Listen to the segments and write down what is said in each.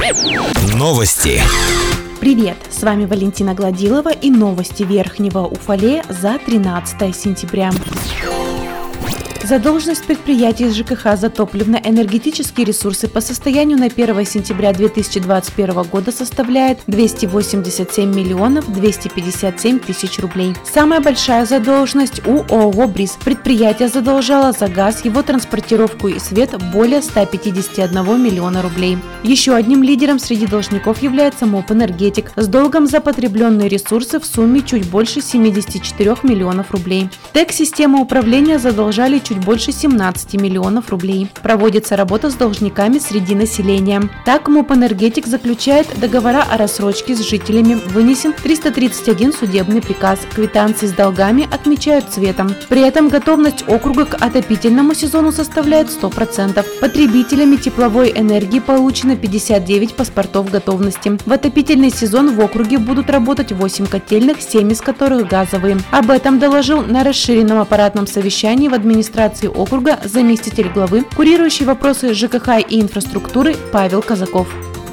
Новости. Привет! С вами Валентина Гладилова и новости Верхнего Уфалея за 13 сентября. Задолженность предприятий ЖКХ за топливно-энергетические ресурсы по состоянию на 1 сентября 2021 года составляет 287 миллионов 257 тысяч рублей. Самая большая задолженность у ООО «Бриз». Предприятие задолжало за газ, его транспортировку и свет более 151 миллиона рублей. Еще одним лидером среди должников является МОП «Энергетик» с долгом за потребленные ресурсы в сумме чуть больше 74 миллионов рублей. ТЭК-система управления задолжали чуть больше 17 миллионов рублей. Проводится работа с должниками среди населения. Так, МОП «Энергетик» заключает договора о рассрочке с жителями. Вынесен 331 судебный приказ. Квитанции с долгами отмечают цветом. При этом готовность округа к отопительному сезону составляет 100%. Потребителями тепловой энергии получено 59 паспортов готовности. В отопительный сезон в округе будут работать 8 котельных, 7 из которых газовые. Об этом доложил на расширенном аппаратном совещании в администрации округа заместитель главы, курирующий вопросы ЖКХ и инфраструктуры Павел Казаков.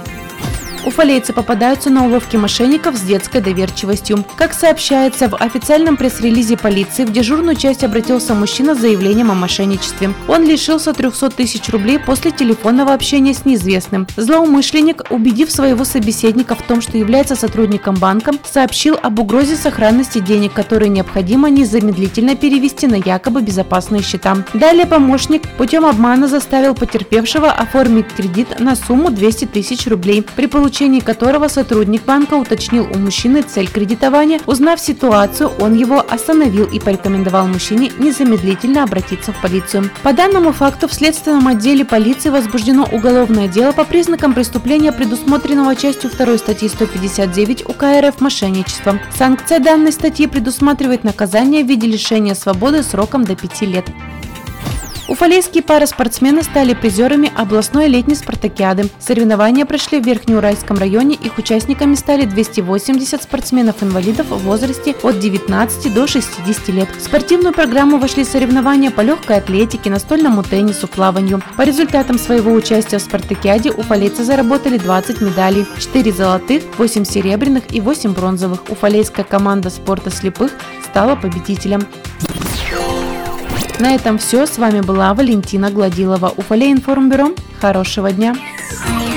Уфалейцы попадаются на уловки мошенников с детской доверчивостью. Как сообщается в официальном пресс-релизе полиции, в дежурную часть обратился мужчина с заявлением о мошенничестве. Он лишился 300 тысяч рублей после телефонного общения с неизвестным. Злоумышленник, убедив своего собеседника в том, что является сотрудником банка, сообщил об угрозе сохранности денег, которые необходимо незамедлительно перевести на якобы безопасные счета. Далее помощник путем обмана заставил потерпевшего оформить кредит на сумму 200 тысяч рублей, при получении которого сотрудник банка уточнил у мужчины цель кредитования. Узнав ситуацию, он его остановил и порекомендовал мужчине незамедлительно обратиться в полицию. По данному факту в следственном отделе полиции возбуждено уголовное дело по признакам преступления, предусмотренного частью 2 статьи 159 УК РФ «Мошенничество». Санкция данной статьи предусматривает наказание в виде лишения свободы сроком до 5 лет. Уфалейские параспортсмены стали призерами областной летней спартакиады. Соревнования прошли в Верхнеуральском районе. Их участниками стали 280 спортсменов-инвалидов в возрасте от 19 до 60 лет. В спортивную программу вошли соревнования по легкой атлетике, настольному теннису, плаванию. По результатам своего участия в спартакиаде уфалейцы заработали 20 медалей, 4 золотых, 8 серебряных и 8 бронзовых. Уфалейская команда спорта слепых стала победителем. На этом все. С вами была Валентина Гладилова. Уфалей информбюро. Хорошего дня!